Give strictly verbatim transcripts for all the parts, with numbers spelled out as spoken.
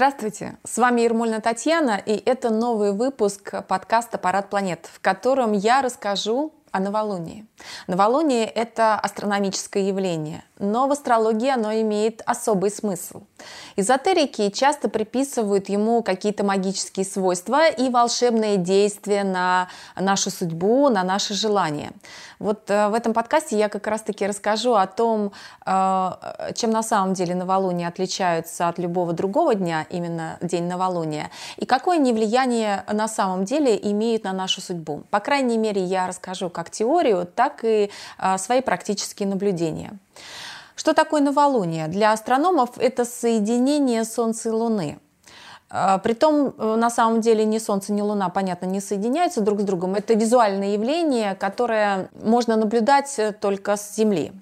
Здравствуйте, с вами Ермольна Татьяна, и это новый выпуск подкаста «Парад планет», в котором я расскажу о новолунии. Новолуние – это астрономическое явление, но в астрологии оно имеет особый смысл. Эзотерики часто приписывают ему какие-то магические свойства и волшебные действия на нашу судьбу, на наши желания. Вот в этом подкасте я как раз-таки расскажу о том, чем на самом деле новолуния отличаются от любого другого дня, именно день новолуния, и какое они влияние на самом деле имеют на нашу судьбу. По крайней мере, я расскажу как теорию, так и свои практические наблюдения. Что такое новолуние? Для астрономов это соединение Солнца и Луны. Притом, на самом деле, ни Солнце, ни Луна, понятно, не соединяются друг с другом. Это визуальное явление, которое можно наблюдать только с Земли.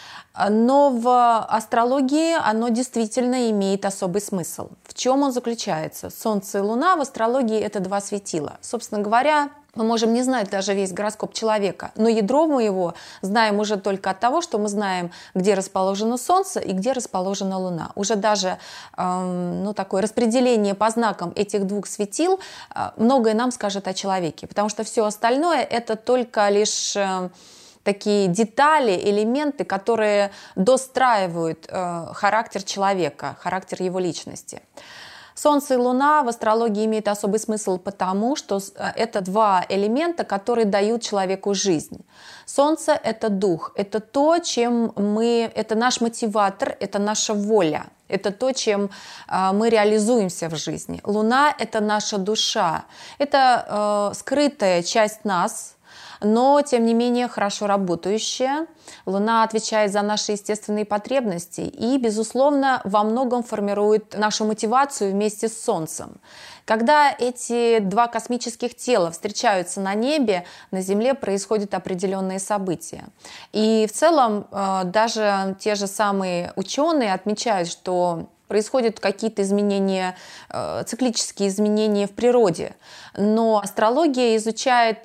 Но в астрологии оно действительно имеет особый смысл. В чем он заключается? Солнце и Луна в астрологии – это два светила. Собственно говоря, мы можем не знать даже весь гороскоп человека, но ядро мы его знаем уже только от того, что мы знаем, где расположено Солнце и где расположена Луна. Уже даже эм, ну, такое распределение по знакам этих двух светил э, многое нам скажет о человеке, потому что все остальное – это только лишь э, такие детали, элементы, которые достраивают э, характер человека, характер его личности. Солнце и Луна в астрологии имеют особый смысл потому, что это два элемента, которые дают человеку жизнь. Солнце – это дух, это то, чем мы, это наш мотиватор, это наша воля, это то, чем мы реализуемся в жизни. Луна – это наша душа, это э, скрытая часть нас, но, тем не менее, хорошо работающая. Луна отвечает за наши естественные потребности и, безусловно, во многом формирует нашу мотивацию вместе с Солнцем. Когда эти два космических тела встречаются на небе, на Земле происходят определенные события. И в целом даже те же самые ученые отмечают, что происходят какие-то изменения, циклические изменения в природе. Но астрология изучает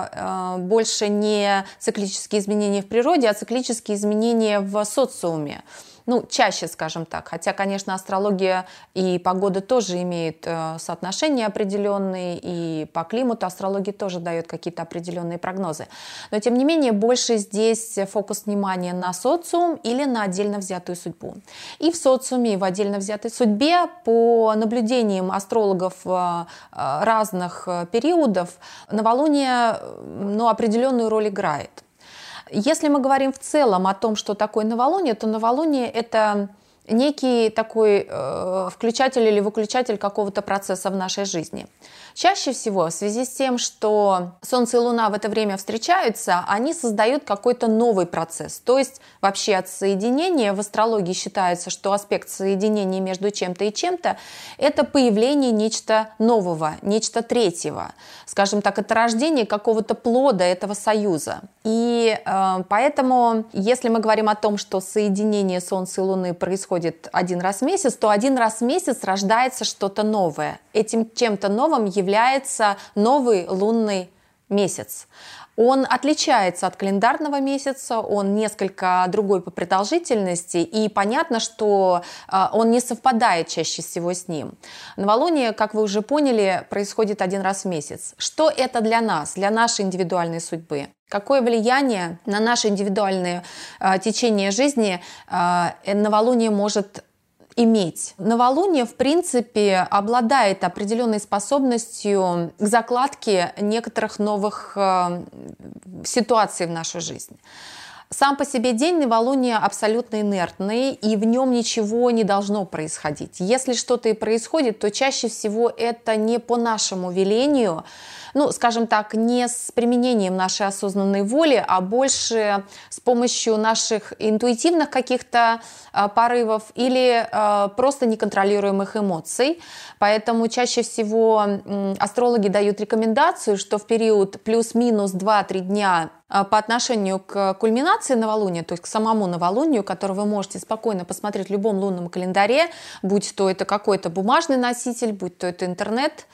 больше не циклические изменения в природе, а циклические изменения в социуме. Ну, чаще, скажем так. Хотя, конечно, астрология и погода тоже имеют э, соотношения определенные, и по климату астрология тоже дает какие-то определенные прогнозы. Но, тем не менее, больше здесь фокус внимания на социум или на отдельно взятую судьбу. И в социуме, и в отдельно взятой судьбе, по наблюдениям астрологов э, разных периодов, новолуние ну, определенную роль играет. Если мы говорим в целом о том, что такое новолуние, то новолуние – это некий такой э, включатель или выключатель какого-то процесса в нашей жизни. Чаще всего в связи с тем, что Солнце и Луна в это время встречаются, они создают какой-то новый процесс. То есть вообще от соединения в астрологии считается, что аспект соединения между чем-то и чем-то – это появление нечто нового, нечто третьего. Скажем так, это рождение какого-то плода этого союза. И э, поэтому, если мы говорим о том, что соединение Солнца и Луны происходит один раз в месяц, то один раз в месяц рождается что-то новое. Этим чем-то новым является новый лунный месяц. Он отличается от календарного месяца, он несколько другой по продолжительности, и понятно, что он не совпадает чаще всего с ним. Новолуние, как вы уже поняли, происходит один раз в месяц. Что это для нас, для нашей индивидуальной судьбы? Какое влияние на наше индивидуальное э, течение жизни э, новолуние может иметь? Новолуние, в принципе, обладает определенной способностью к закладке некоторых новых э, ситуаций в нашу жизнь. Сам по себе день новолуния абсолютно инертный, и в нем ничего не должно происходить. Если что-то и происходит, то чаще всего это не по нашему велению, ну, скажем так, не с применением нашей осознанной воли, а больше с помощью наших интуитивных каких-то э, порывов или э, просто неконтролируемых эмоций. Поэтому чаще всего э, астрологи дают рекомендацию, что в период плюс-минус два-три дня по отношению к кульминации новолуния, то есть к самому новолунию, который вы можете спокойно посмотреть в любом лунном календаре, будь то это какой-то бумажный носитель, будь то это интернет,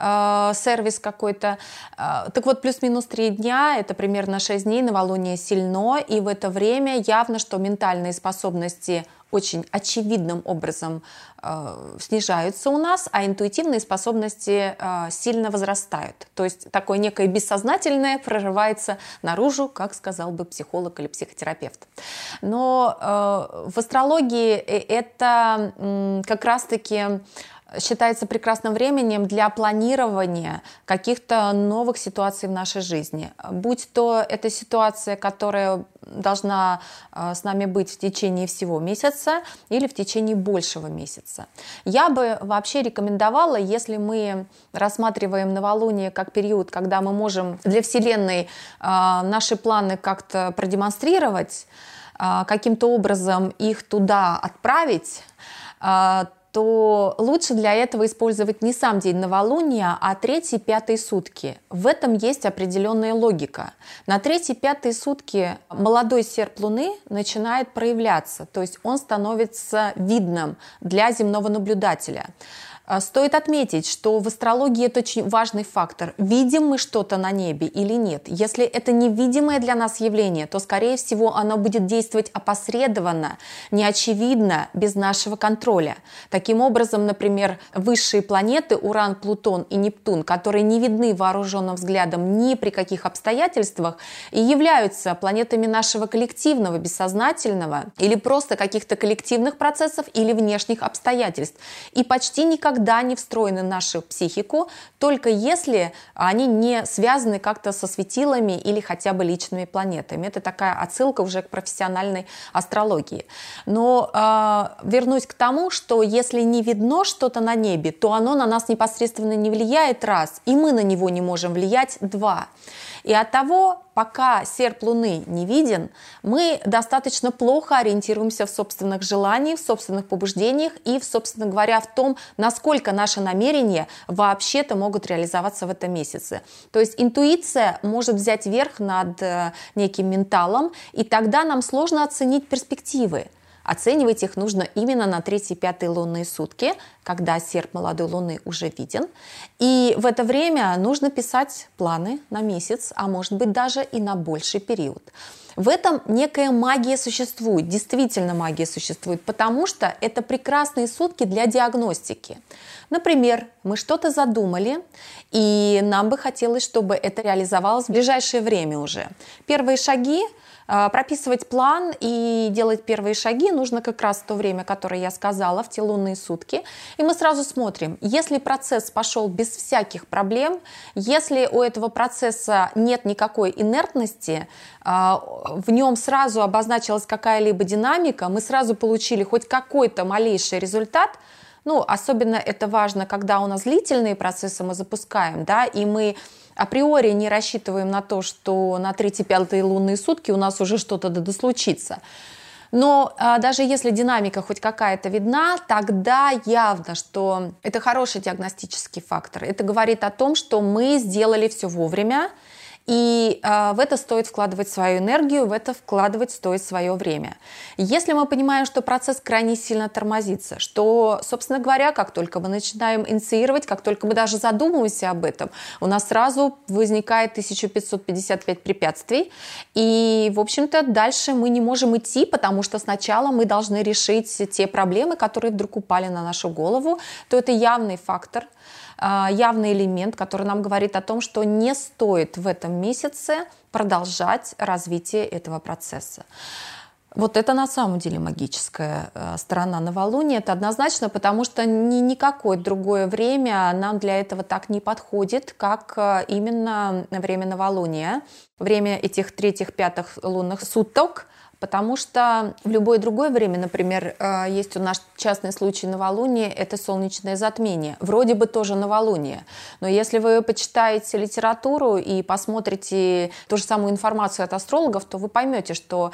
сервис какой-то. Так вот, плюс-минус три дня, это примерно шесть дней, новолуние сильно, и в это время явно, что ментальные способности очень очевидным образом э, снижаются у нас, а интуитивные способности э, сильно возрастают. То есть такое некое бессознательное прорывается наружу, как сказал бы психолог или психотерапевт. Но э, в астрологии это э, как раз-таки считается прекрасным временем для планирования каких-то новых ситуаций в нашей жизни. Будь то эта ситуация, которая должна с нами быть в течение всего месяца или в течение большего месяца. Я бы вообще рекомендовала, если мы рассматриваем новолуние как период, когда мы можем для Вселенной наши планы как-то продемонстрировать, каким-то образом их туда отправить, то лучше для этого использовать не сам день новолуния, а третьи, пятые сутки. В этом есть определенная логика. На третьи, пятые сутки молодой серп Луны начинает проявляться, то есть он становится видным для земного наблюдателя. Стоит отметить, что в астрологии это очень важный фактор. Видим мы что-то на небе или нет? Если это невидимое для нас явление, то, скорее всего, оно будет действовать опосредованно, неочевидно, без нашего контроля. Таким образом, например, высшие планеты Уран, Плутон и Нептун, которые не видны вооруженным взглядом ни при каких обстоятельствах, и являются планетами нашего коллективного, бессознательного или просто каких-то коллективных процессов или внешних обстоятельств. И почти никогда никогда не встроены в нашу психику, только если они не связаны как-то со светилами или хотя бы личными планетами. Это такая отсылка уже к профессиональной астрологии. Но э, вернусь к тому, что если не видно что-то на небе, то оно на нас непосредственно не влияет, раз, и мы на него не можем влиять, два. И оттого, пока серп Луны не виден, мы достаточно плохо ориентируемся в собственных желаниях, в собственных побуждениях и, собственно говоря, в том, насколько наши намерения вообще-то могут реализоваться в этом месяце. То есть интуиция может взять верх над неким менталом, и тогда нам сложно оценить перспективы. Оценивать их нужно именно на третьи-пятые лунные сутки, когда серп молодой Луны уже виден. И в это время нужно писать планы на месяц, а может быть даже и на больший период. В этом некая магия существует, действительно магия существует, потому что это прекрасные сутки для диагностики. Например, мы что-то задумали, и нам бы хотелось, чтобы это реализовалось в ближайшее время уже. Первые шаги – прописывать план и делать первые шаги нужно как раз в то время, которое я сказала, в те лунные сутки. И мы сразу смотрим, если процесс пошел без всяких проблем, если у этого процесса нет никакой инертности, в нем сразу обозначилась какая-либо динамика, мы сразу получили хоть какой-то малейший результат. Ну, особенно это важно, когда у нас длительные процессы мы запускаем, да, и мы априори не рассчитываем на то, что на третьи-пятые лунные сутки у нас уже что-то да случится. Но а, даже если динамика хоть какая-то видна, тогда явно, что это хороший диагностический фактор. Это говорит о том, что мы сделали все вовремя, и э, в это стоит вкладывать свою энергию, в это вкладывать стоит свое время. Если мы понимаем, что процесс крайне сильно тормозится, что, собственно говоря, как только мы начинаем инициировать, как только мы даже задумываемся об этом, у нас сразу возникает тысяча пятьсот пятьдесят пять препятствий, и, в общем-то, дальше мы не можем идти, потому что сначала мы должны решить те проблемы, которые вдруг упали на нашу голову, то это явный фактор, явный элемент, который нам говорит о том, что не стоит в этом месяце продолжать развитие этого процесса. Вот это на самом деле магическая сторона новолуния, это однозначно, потому что ни никакое другое время нам для этого так не подходит, как именно время новолуния, время этих третьих-пятых лунных суток. Потому что в любое другое время, например, есть у нас частный случай новолуния, это солнечное затмение. Вроде бы тоже новолуние. Но если вы почитаете литературу и посмотрите ту же самую информацию от астрологов, то вы поймете, что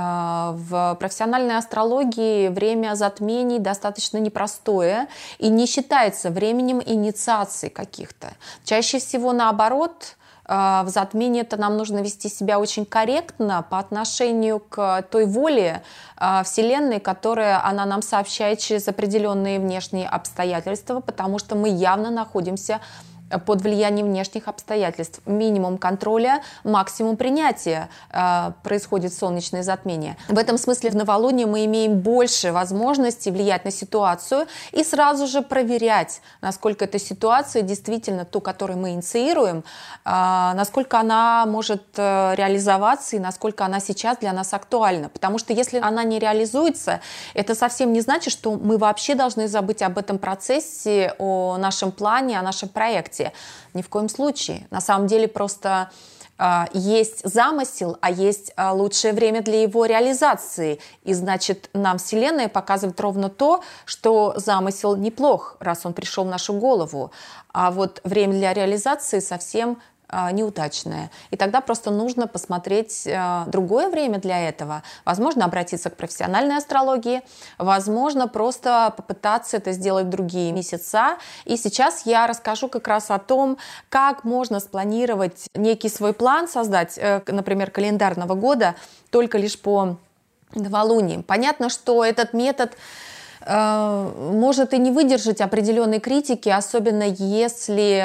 в профессиональной астрологии время затмений достаточно непростое и не считается временем инициации каких-то. Чаще всего наоборот. В затмении это нам нужно вести себя очень корректно по отношению к той воле Вселенной, которая она нам сообщает через определенные внешние обстоятельства, потому что мы явно находимся под влиянием внешних обстоятельств. Минимум контроля, максимум принятия э, происходит солнечное затмение. В этом смысле в новолуние мы имеем больше возможностей влиять на ситуацию и сразу же проверять, насколько эта ситуация действительно ту, которую мы инициируем, э, насколько она может э, реализоваться и насколько она сейчас для нас актуальна. Потому что если она не реализуется, это совсем не значит, что мы вообще должны забыть об этом процессе, о нашем плане, о нашем проекте. Ни в коем случае. На самом деле просто э, есть замысел, а есть э, лучшее время для его реализации. И значит, нам Вселенная показывает ровно то, что замысел неплох, раз он пришел в нашу голову. А вот время для реализации совсем неудачное. И тогда просто нужно посмотреть э, другое время для этого. Возможно, обратиться к профессиональной астрологии, возможно, просто попытаться это сделать в другие месяца. И сейчас я расскажу как раз о том, как можно спланировать некий свой план, создать, э, например, календарного года только лишь по новолуниям. Понятно, что этот метод может и не выдержать определенной критики, особенно если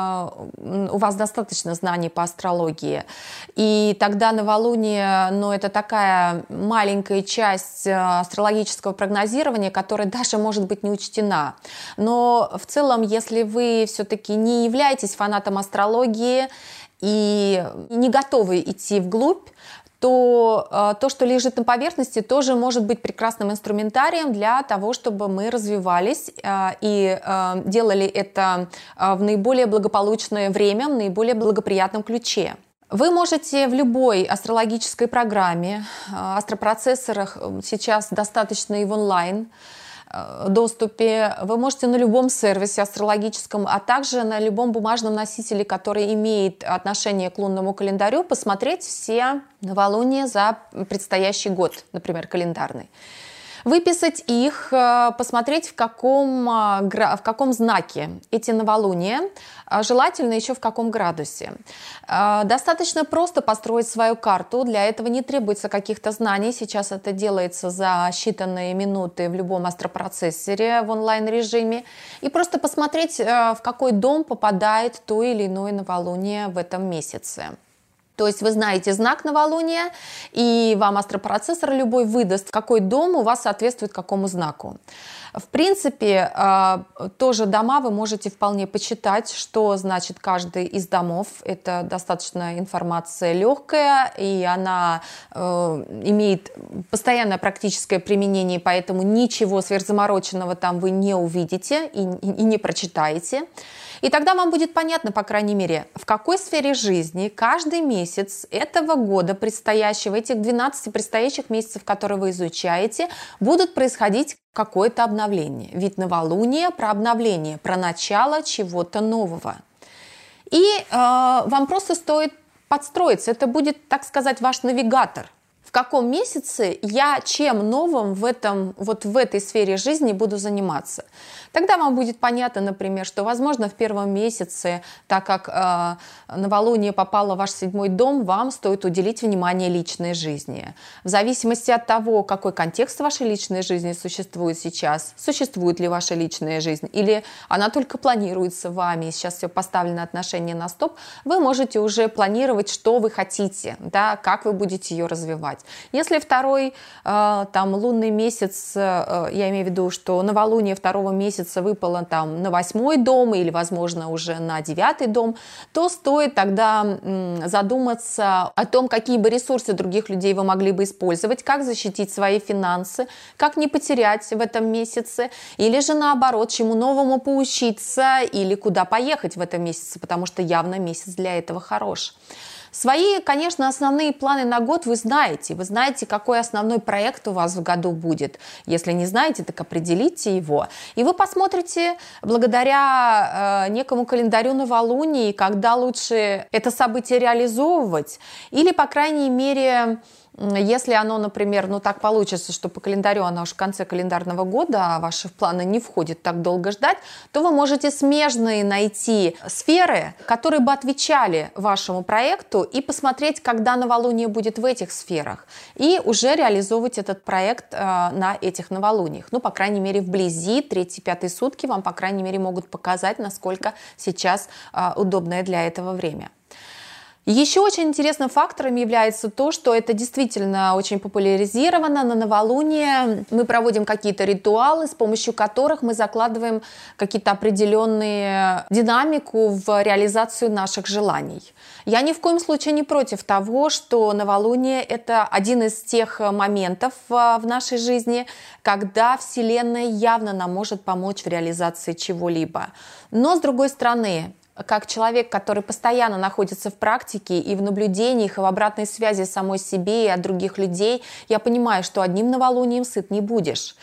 э, у вас достаточно знаний по астрологии. И тогда новолуние, ну, это такая маленькая часть астрологического прогнозирования, которая даже может быть не учтена. Но в целом, если вы все-таки не являетесь фанатом астрологии и не готовы идти вглубь, то э, то, что лежит на поверхности, тоже может быть прекрасным инструментарием для того, чтобы мы развивались э, и э, делали это э, в наиболее благополучное время, в наиболее благоприятном ключе. Вы можете в любой астрологической программе, э, астропроцессорах сейчас достаточно и в онлайн доступе, вы можете на любом сервисе астрологическом, а также на любом бумажном носителе, который имеет отношение к лунному календарю, посмотреть все новолуния за предстоящий год, например, календарный. Выписать их, посмотреть, в каком, в каком знаке эти новолуния, желательно еще в каком градусе. Достаточно просто построить свою карту, для этого не требуется каких-то знаний. Сейчас это делается за считанные минуты в любом астропроцессоре в онлайн-режиме. И просто посмотреть, в какой дом попадает то или иное новолуние в этом месяце. То есть вы знаете знак новолуния, и вам астропроцессор любой выдаст, какой дом у вас соответствует какому знаку. В принципе, тоже дома вы можете вполне почитать, что значит каждый из домов. Это достаточно информация легкая, и она имеет постоянное практическое применение, поэтому ничего сверхзамороченного там вы не увидите и не прочитаете. И тогда вам будет понятно, по крайней мере, в какой сфере жизни каждый месяц этого года предстоящего, этих двенадцати предстоящих месяцев, которые вы изучаете, будут происходить какое-то обновление. Ведь новолуние про обновление, про начало чего-то нового. И э, вам просто стоит подстроиться. Это будет, так сказать, ваш навигатор. В каком месяце я чем новым в, этом, вот в этой сфере жизни буду заниматься. Тогда вам будет понятно, например, что, возможно, в первом месяце, так как э, новолуние попало в ваш седьмой дом, вам стоит уделить внимание личной жизни. В зависимости от того, какой контекст вашей личной жизни существует сейчас, существует ли ваша личная жизнь, или она только планируется вами, сейчас все поставлено отношение на стоп, вы можете уже планировать, что вы хотите, да, как вы будете ее развивать. Если второй э, там, лунный месяц, э, я имею в виду, что новолуние второго месяца выпало там, на восьмой дом или, возможно, уже на девятый дом, то стоит тогда м, задуматься о том, какие бы ресурсы других людей вы могли бы использовать, как защитить свои финансы, как не потерять в этом месяце, или же наоборот, чему новому поучиться, или куда поехать в этом месяце, потому что явно месяц для этого хорош. Свои, конечно, основные планы на год вы знаете. Вы знаете, какой основной проект у вас в году будет. Если не знаете, так определите его. И вы посмотрите, благодаря э, некому календарю новолуний, когда лучше это событие реализовывать. Или, по крайней мере, Если оно, например, ну так получится, что по календарю оно уж в конце календарного года, а ваши планы не входит так долго ждать, то вы можете смежные найти сферы, которые бы отвечали вашему проекту, и посмотреть, когда новолуние будет в этих сферах, и уже реализовывать этот проект э, на этих новолуниях. Ну, по крайней мере, вблизи, третьи-пятые сутки вам, по крайней мере, могут показать, насколько сейчас э, удобное для этого время. Еще очень интересным фактором является то, что это действительно очень популяризировано. На новолуние мы проводим какие-то ритуалы, с помощью которых мы закладываем какие-то определенные динамику в реализацию наших желаний. Я ни в коем случае не против того, что новолуние – это один из тех моментов в нашей жизни, когда Вселенная явно нам может помочь в реализации чего-либо. Но, с другой стороны, как человек, который постоянно находится в практике и в наблюдениях, и в обратной связи самой себе и от других людей, я понимаю, что одним новолунием сыт не будешь.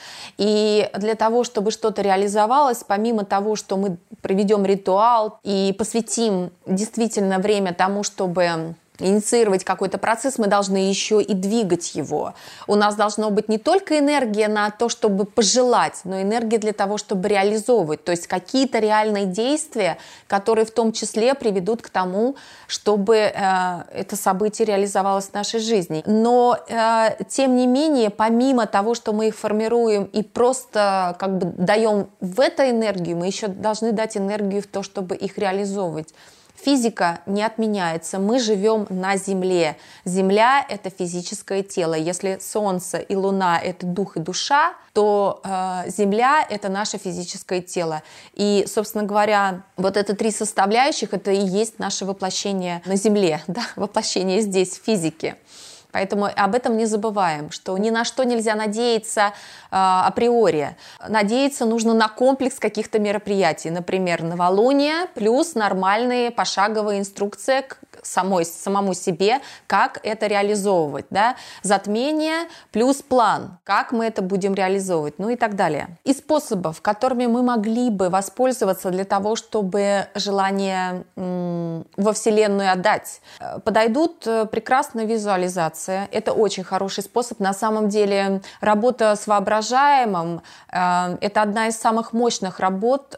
И для того, чтобы что-то реализовалось, помимо того, что мы проведем ритуал и посвятим действительно время тому, чтобы инициировать какой-то процесс, мы должны еще и двигать его. У нас должна быть не только энергия на то, чтобы пожелать, но энергия для того, чтобы реализовывать. То есть какие-то реальные действия, которые в том числе приведут к тому, чтобы э, это событие реализовалось в нашей жизни. Но, э, тем не менее, помимо того, что мы их формируем и просто как бы даем в это энергию, мы еще должны дать энергию в то, чтобы их реализовывать. Физика не отменяется, мы живем на Земле. Земля – это физическое тело. Если Солнце и Луна – это дух и душа, то э, Земля – это наше физическое тело. И, собственно говоря, вот это три составляющих – это и есть наше воплощение на Земле, да? Воплощение здесь, в физике. Поэтому об этом не забываем, что ни на что нельзя надеяться э, априори. Надеяться нужно на комплекс каких-то мероприятий. Например, новолуние плюс нормальные пошаговые инструкции к самой, самому себе, как это реализовывать. Да? Затмение плюс план, как мы это будем реализовывать, ну и так далее. И способов, которыми мы могли бы воспользоваться для того, чтобы желание м- во Вселенную отдать, подойдут прекрасная визуализация. Это очень хороший способ. На самом деле работа с воображаемым – это одна из самых мощных работ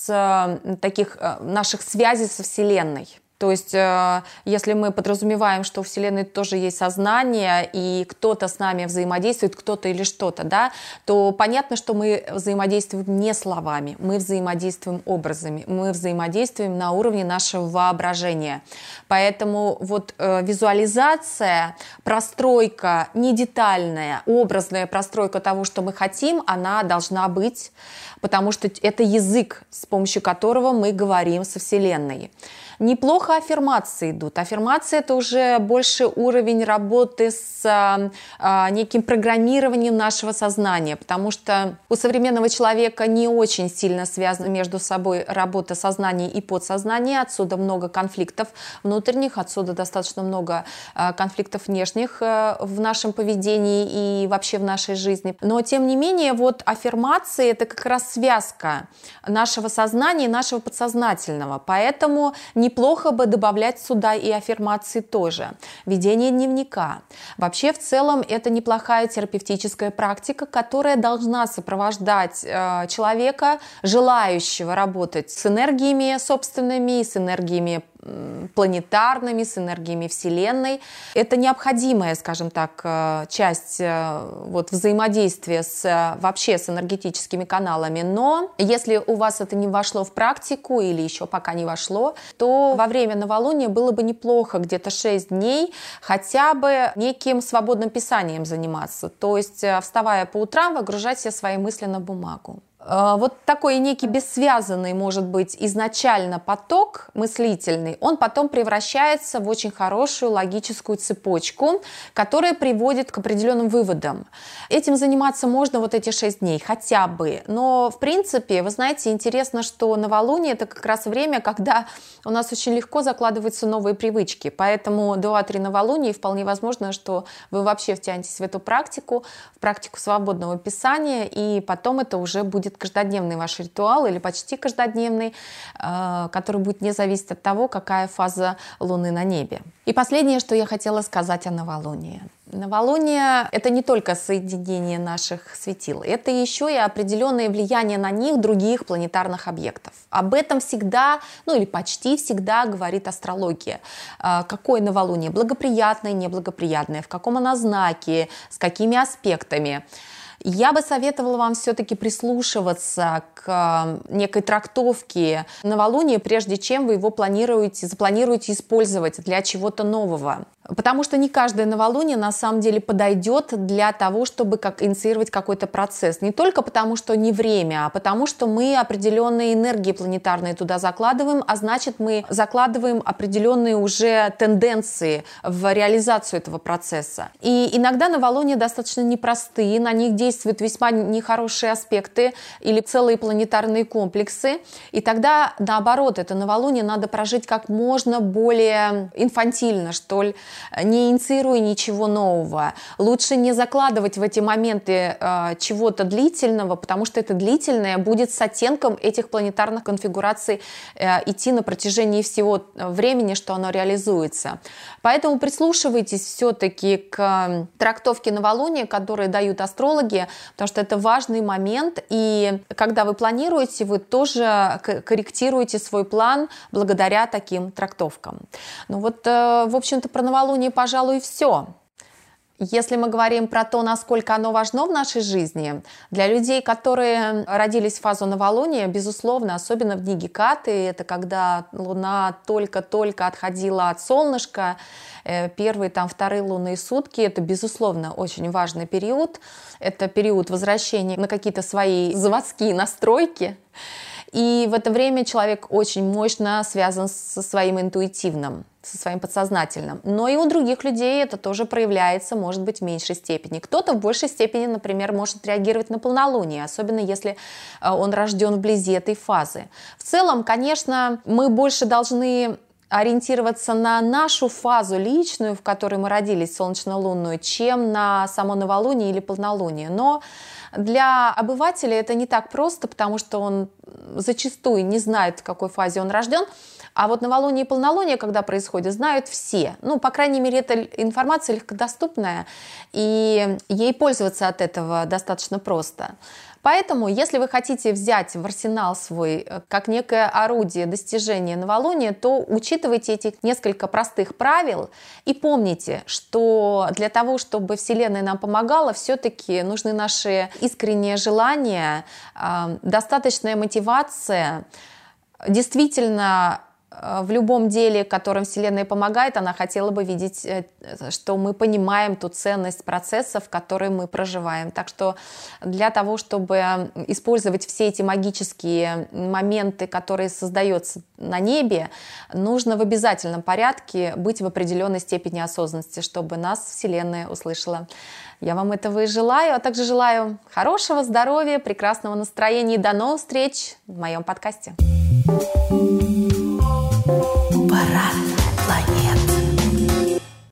с таких наших связей со Вселенной. То есть, если мы подразумеваем, что у Вселенной тоже есть сознание, и кто-то с нами взаимодействует, кто-то или что-то, да, то понятно, что мы взаимодействуем не словами, мы взаимодействуем образами, мы взаимодействуем на уровне нашего воображения. Поэтому вот э, визуализация, простройка, не детальная, образная простройка того, что мы хотим, она должна быть, потому что это язык, с помощью которого мы говорим со Вселенной. Неплохо аффирмации идут. Аффирмация – это уже больше уровень работы с а, неким программированием нашего сознания, потому что у современного человека не очень сильно связана между собой работа сознания и подсознания. Отсюда много конфликтов внутренних, отсюда достаточно много а, конфликтов внешних а, в нашем поведении и вообще в нашей жизни. Но, тем не менее, вот аффирмации – это как раз связка нашего сознания и нашего подсознательного. Поэтому неплохо бы добавлять сюда и аффирмации тоже. Ведение дневника. Вообще, в целом, это неплохая терапевтическая практика, которая должна сопровождать э, человека, желающего работать с энергиями собственными, с энергиями планетарными, с энергиями Вселенной. Это необходимая, скажем так, часть вот, взаимодействия с, вообще с энергетическими каналами. Но если у вас это не вошло в практику или еще пока не вошло, то во время новолуния было бы неплохо где-то шесть дней хотя бы неким свободным писанием заниматься. То есть, вставая по утрам, выгружать все свои мысли на бумагу. Вот такой некий бессвязанный, может быть, изначально поток мыслительный, он потом превращается в очень хорошую логическую цепочку, которая приводит к определенным выводам. Этим заниматься можно вот эти шесть дней хотя бы. Но, в принципе, вы знаете, интересно, что новолуние – это как раз время, когда у нас очень легко закладываются новые привычки. Поэтому два-три новолуния, и вполне возможно, что вы вообще втянетесь в эту практику, в практику свободного писания, и потом это уже будет будет каждодневный ваш ритуал или почти каждодневный, который будет не зависеть от того, какая фаза Луны на небе. И последнее, что я хотела сказать о новолунии. Новолуние – это не только соединение наших светил, это еще и определенное влияние на них других планетарных объектов. Об этом всегда, ну или почти всегда говорит астрология. Какое новолуние? Благоприятное, неблагоприятное, в каком оно знаке, с какими аспектами. Я бы советовала вам все-таки прислушиваться к некой трактовке новолуния, прежде чем вы его планируете, запланируете использовать для чего-то нового. Потому что не каждое новолуние на самом деле подойдет для того, чтобы как инициировать какой-то процесс. Не только потому, что не время, а потому, что мы определенные энергии планетарные туда закладываем, а значит, мы закладываем определенные уже тенденции в реализацию этого процесса. И иногда новолуния достаточно непростые, на них действуют весьма нехорошие аспекты или целые планетарные комплексы. И тогда, наоборот, это новолуние надо прожить как можно более инфантильно, что ли, не инициируя ничего нового. Лучше не закладывать в эти моменты э, чего-то длительного, потому что это длительное будет с оттенком этих планетарных конфигураций э, идти на протяжении всего времени, что оно реализуется. Поэтому прислушивайтесь все-таки к трактовке новолуния, которые дают астрологи, потому что это важный момент. И когда вы планируете, вы тоже корректируете свой план благодаря таким трактовкам. Ну вот, э, в общем-то, про новолуние Новолуние, пожалуй, все. Если мы говорим про то, насколько оно важно в нашей жизни, для людей, которые родились в фазу новолуния, безусловно, особенно в дни Гекаты, это когда Луна только-только отходила от солнышка, первые, там, вторые лунные сутки, это, безусловно, очень важный период. Это период возвращения на какие-то свои заводские настройки. И в это время человек очень мощно связан со своим интуитивным, со своим подсознательным. Но и у других людей это тоже проявляется, может быть, в меньшей степени. Кто-то в большей степени, например, может реагировать на полнолуние, особенно если он рожден вблизи этой фазы. В целом, конечно, мы больше должны ориентироваться на нашу фазу личную, в которой мы родились, солнечно-лунную, чем на само новолуние или полнолуние. Но для обывателя это не так просто, потому что он зачастую не знает, в какой фазе он рожден. А вот новолуние и полнолуние, когда происходит, знают все. Ну, по крайней мере, эта информация легкодоступная, и ей пользоваться от этого достаточно просто. Поэтому, если вы хотите взять в арсенал свой как некое орудие достижения новолуния, то учитывайте эти несколько простых правил и помните, что для того, чтобы Вселенная нам помогала, все-таки нужны наши искренние желания, достаточная мотивация, действительно. В любом деле, которым Вселенная помогает, она хотела бы видеть, что мы понимаем ту ценность процессов, которые мы проживаем. Так что для того, чтобы использовать все эти магические моменты, которые создаются на небе, нужно в обязательном порядке быть в определенной степени осознанности, чтобы нас Вселенная услышала. Я вам этого и желаю, а также желаю хорошего здоровья, прекрасного настроения и до новых встреч в моем подкасте. Парад.